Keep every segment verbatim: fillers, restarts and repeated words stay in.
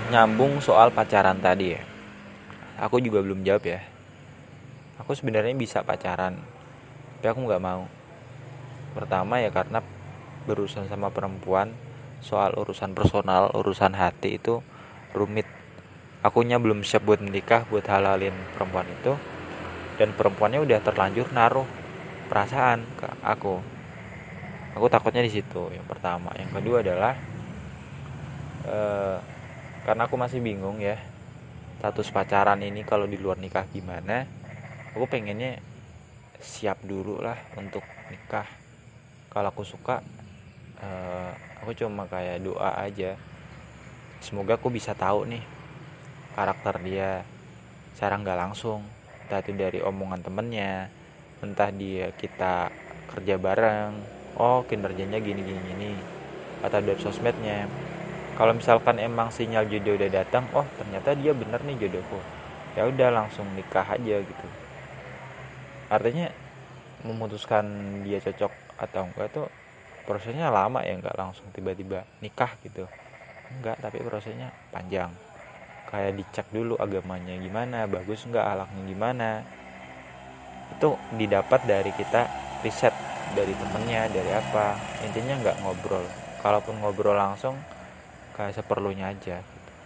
nyambung soal pacaran tadi ya. Aku juga belum jawab ya. Aku sebenarnya bisa pacaran, tapi aku nggak mau. Pertama ya karena berurusan sama perempuan, soal urusan personal, urusan hati itu rumit. Akunya belum siap buat menikah, buat halalin perempuan itu, dan perempuannya udah terlanjur naruh perasaan ke aku. Aku takutnya di situ. Yang pertama, yang kedua adalah eh, karena aku masih bingung ya status pacaran ini kalau di luar nikah gimana. Aku pengennya siap dulu lah untuk nikah. Kalau aku suka, eh, aku cuma kayak doa aja. Semoga aku bisa tahu nih karakter dia secara nggak langsung, entah itu dari omongan temennya, entah dia kita kerja bareng, oh kinerjanya gini gini gini, atau dari sosmednya. Kalau misalkan emang sinyal jodoh udah datang, oh ternyata dia bener nih jodohku, ya udah langsung nikah aja gitu. Artinya memutuskan dia cocok atau enggak tuh prosesnya lama ya, nggak langsung tiba-tiba nikah gitu, enggak, tapi prosesnya panjang. Kayak dicek dulu agamanya gimana, bagus nggak, akhlaknya gimana. Itu didapat dari kita riset dari temennya, dari apa. Intinya nggak ngobrol. Kalaupun ngobrol langsung, kayak seperlunya aja.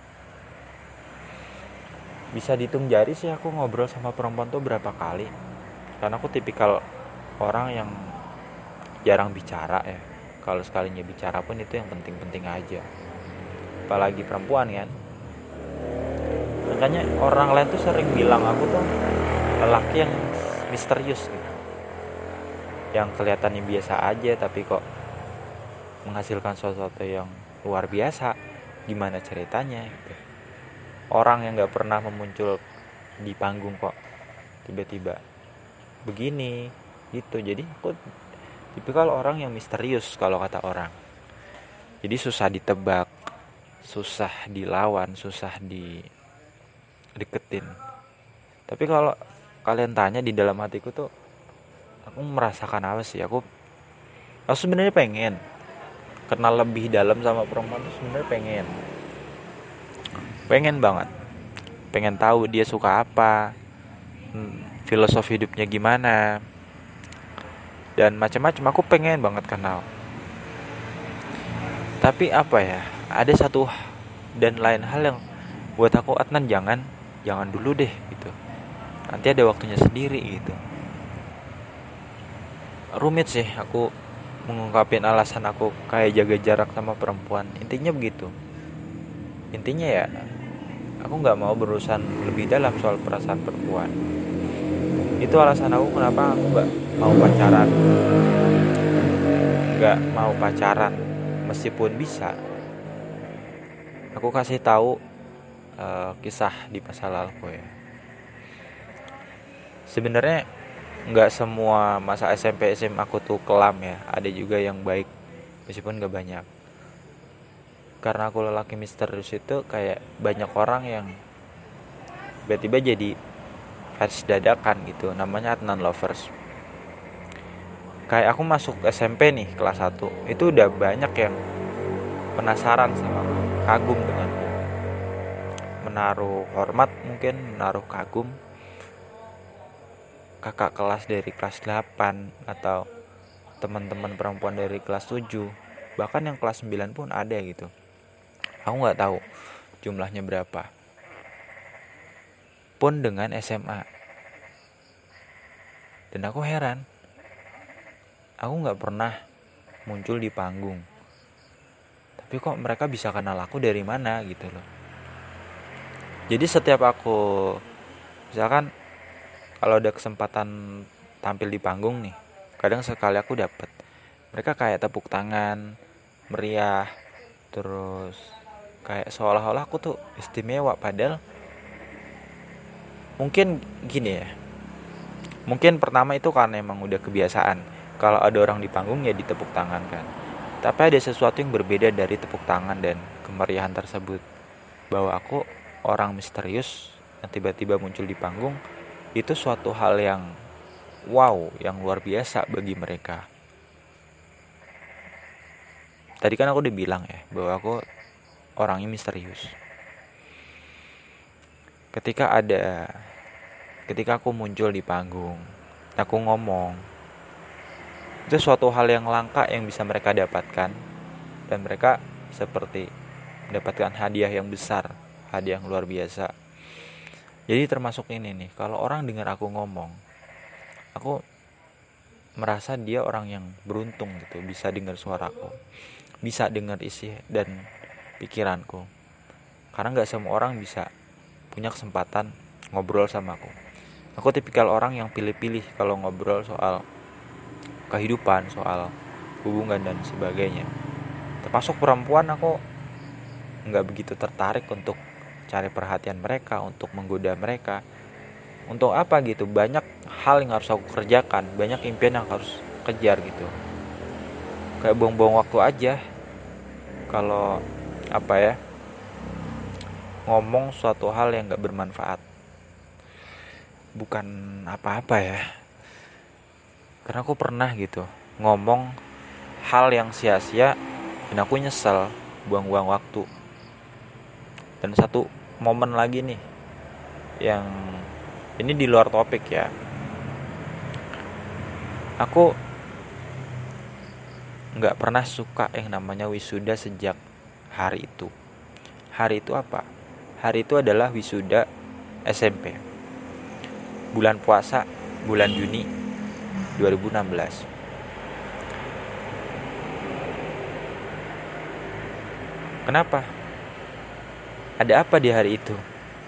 Bisa dihitung jari sih aku ngobrol sama perempuan tuh berapa kali. Karena aku tipikal orang yang jarang bicara ya. Kalau sekalinya bicara pun itu yang penting-penting aja. Apalagi perempuan kan. Makanya orang lain tuh sering bilang aku tuh lelaki yang misterius gitu, yang kelihatannya biasa aja tapi kok menghasilkan sesuatu yang luar biasa. Gimana ceritanya gitu. Orang yang gak pernah memuncul di panggung kok tiba-tiba begini gitu. Jadi aku tipikal orang yang misterius kalau kata orang. Jadi susah ditebak, susah dilawan, susah dideketin. Tapi kalau kalian tanya di dalam hatiku tuh, aku merasakan apa sih? Aku, aku sebenarnya pengen kenal lebih dalam sama perempuan tuh, sebenarnya pengen, pengen banget, pengen tahu dia suka apa, hmm, filosofi hidupnya gimana, dan macam-macam. Aku pengen banget kenal. Tapi apa ya? Ada satu dan lain hal yang buat aku, Adnan jangan, jangan dulu deh gitu. Nanti ada waktunya sendiri gitu. Rumit sih aku mengungkapin alasan aku kayak jaga jarak sama perempuan. Intinya begitu. Intinya ya, aku nggak mau berurusan lebih dalam soal perasaan perempuan. Itu alasan aku kenapa aku nggak mau pacaran. Nggak mau pacaran, meskipun bisa. Aku kasih tahu uh, kisah di masa lalu ya. Sebenarnya nggak semua masa S M P S M A aku tuh kelam ya. Ada juga yang baik, meskipun nggak banyak. Karena aku lelaki misterius itu, kayak banyak orang yang tiba-tiba jadi fans dadakan gitu. Namanya Adnan Lovers. Kayak aku masuk S M P nih kelas satu, itu udah banyak yang penasaran sama aku, kagum dengan aku, menaruh hormat, mungkin menaruh kagum. Kakak kelas dari kelas delapan atau teman-teman perempuan dari kelas tujuh, bahkan yang kelas sembilan pun ada gitu. Aku gak tahu jumlahnya berapa. Pun dengan S M A. Dan aku heran, aku gak pernah muncul di panggung, tapi kok mereka bisa kenal aku dari mana gitu loh. Jadi setiap aku, misalkan kalau ada kesempatan tampil di panggung nih, kadang sekali aku dapet, mereka kayak tepuk tangan, meriah, terus kayak seolah-olah aku tuh istimewa. Padahal mungkin gini ya, mungkin pertama itu karena emang udah kebiasaan, kalau ada orang di panggung ya ditepuk tangan kan. Tapi ada sesuatu yang berbeda dari tepuk tangan dan kemeriahan tersebut, bahwa aku orang misterius yang tiba-tiba muncul di panggung, itu suatu hal yang wow, yang luar biasa bagi mereka. Tadi kan aku udah bilang ya bahwa aku orangnya misterius. ketika ada ketika aku muncul di panggung, aku ngomong, itu suatu hal yang langka yang bisa mereka dapatkan, dan mereka seperti mendapatkan hadiah yang besar, hadiah yang luar biasa. Jadi termasuk ini nih, kalau orang dengar aku ngomong, aku merasa dia orang yang beruntung gitu, bisa dengar suaraku, bisa dengar isi dan pikiranku. Karena gak semua orang bisa punya kesempatan ngobrol sama aku. Aku tipikal orang yang pilih-pilih kalau ngobrol soal kehidupan, soal hubungan dan sebagainya. Termasuk perempuan, aku gak begitu tertarik untuk cari perhatian mereka, untuk menggoda mereka. Untuk apa gitu? Banyak hal yang harus aku kerjakan, banyak impian yang harus kejar gitu. Kayak buang-buang waktu aja kalau apa ya, ngomong suatu hal yang gak bermanfaat. Bukan apa-apa ya, karena aku pernah gitu ngomong hal yang sia-sia dan aku nyesel, buang-buang waktu. Dan satu momen lagi nih, yang ini di luar topik ya, aku gak pernah suka yang namanya wisuda sejak hari itu. Hari itu apa? Hari itu adalah wisuda S M P, bulan puasa, bulan Juni dua ribu enam belas. Kenapa? Ada apa di hari itu?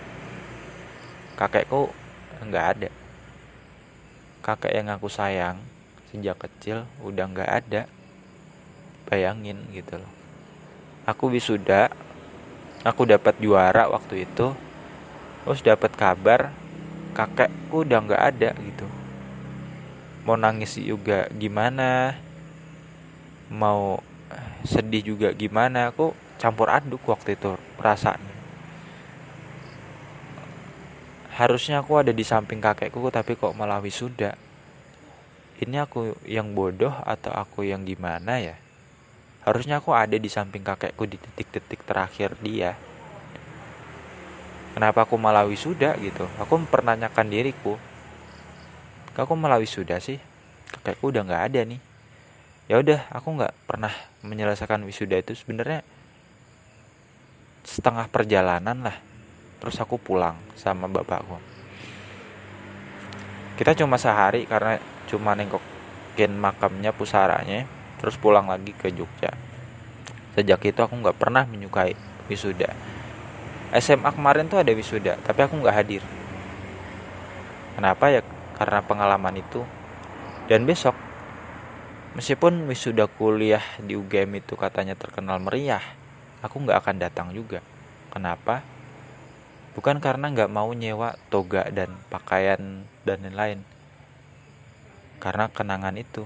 Kakekku nggak ada. Kakek yang aku sayang sejak kecil udah nggak ada. Bayangin gitu loh. Aku wisuda, aku dapat juara waktu itu, terus dapat kabar kakekku udah nggak ada gitu. Mau nangis juga gimana, mau sedih juga gimana, aku campur aduk waktu itu perasaan. Harusnya aku ada di samping kakekku, tapi kok malah wisuda. Ini aku yang bodoh atau aku yang gimana ya? Harusnya aku ada di samping kakekku di detik-detik terakhir dia. Kenapa aku malah wisuda gitu? Aku mempertanyakan diriku. Kok aku malah wisuda sih? Kakekku udah nggak ada nih. Ya udah, aku nggak pernah menyelesaikan wisuda itu, sebenarnya setengah perjalanan lah. Terus aku pulang sama bapakku. Kita cuma sehari karena cuma nengokin makamnya, pusaranya, terus pulang lagi ke Jogja. Sejak itu aku gak pernah menyukai wisuda. S M A kemarin tuh ada wisuda, tapi aku gak hadir. Kenapa ya? Karena pengalaman itu. Dan besok, meskipun wisuda kuliah di U G M itu katanya terkenal meriah, aku gak akan datang juga. Kenapa? Bukan karena gak mau nyewa toga dan pakaian dan lain-lain, karena kenangan itu.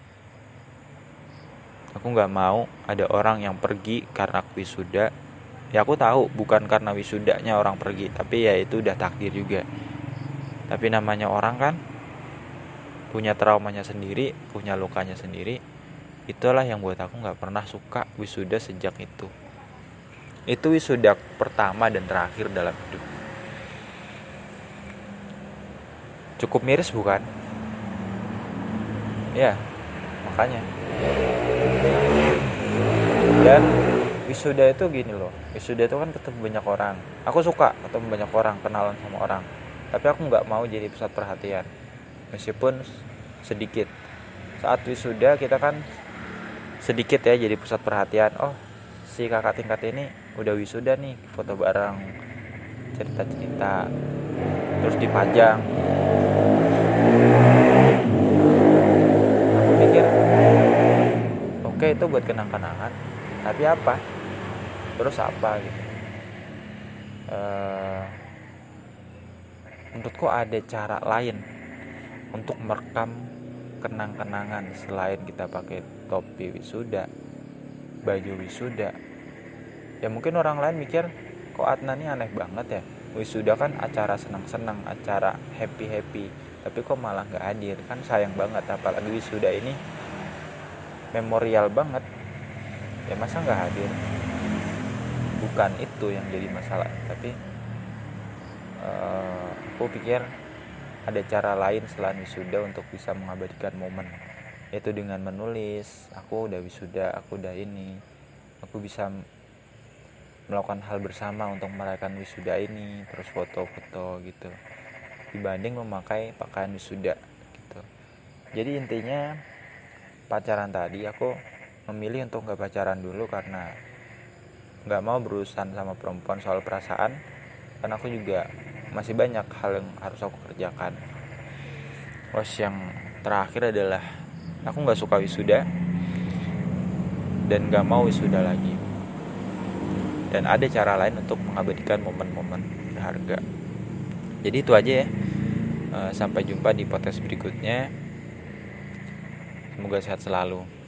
Aku gak mau ada orang yang pergi karena wisuda. Ya aku tahu bukan karena wisudanya orang pergi, tapi ya itu udah takdir juga. Tapi namanya orang kan punya traumanya sendiri, punya lukanya sendiri. Itulah yang buat aku gak pernah suka wisuda sejak itu. Itu wisuda pertama dan terakhir dalam hidup. Cukup miris bukan? Ya, makanya. Dan wisuda itu gini loh, wisuda itu kan ketemu banyak orang. Aku suka ketemu banyak orang, kenalan sama orang. Tapi aku gak mau jadi pusat perhatian, meskipun sedikit. Saat wisuda kita kan sedikit ya jadi pusat perhatian. Oh, si kakak tingkat ini udah wisuda nih, foto bareng, cerita-cerita, terus dipajang. Aku pikir oke, itu buat kenang-kenangan, tapi apa? Terus apa gitu? Uh, menurutku ada cara lain untuk merekam kenang-kenangan selain kita pakai topi wisuda, baju wisuda. Ya mungkin orang lain mikir, kok Adnan ini aneh banget ya, wisuda kan acara senang-senang, acara happy-happy, tapi kok malah gak hadir. Kan sayang banget, apalagi wisuda ini memorial banget. Ya masa gak hadir? Bukan itu yang jadi masalah, tapi uh, aku pikir ada cara lain selain wisuda untuk bisa mengabadikan momen, yaitu dengan menulis. Aku udah wisuda, aku udah ini, aku bisa melakukan hal bersama untuk merayakan wisuda ini, terus foto-foto gitu, dibanding memakai pakaian wisuda gitu. Jadi intinya pacaran tadi aku memilih untuk gak pacaran dulu karena gak mau berurusan sama perempuan soal perasaan, karena aku juga masih banyak hal yang harus aku kerjakan. Terus yang terakhir adalah aku gak suka wisuda dan gak mau wisuda lagi, dan ada cara lain untuk mengabadikan momen-momen berharga. Jadi itu aja ya. Sampai jumpa di podcast berikutnya. Semoga sehat selalu.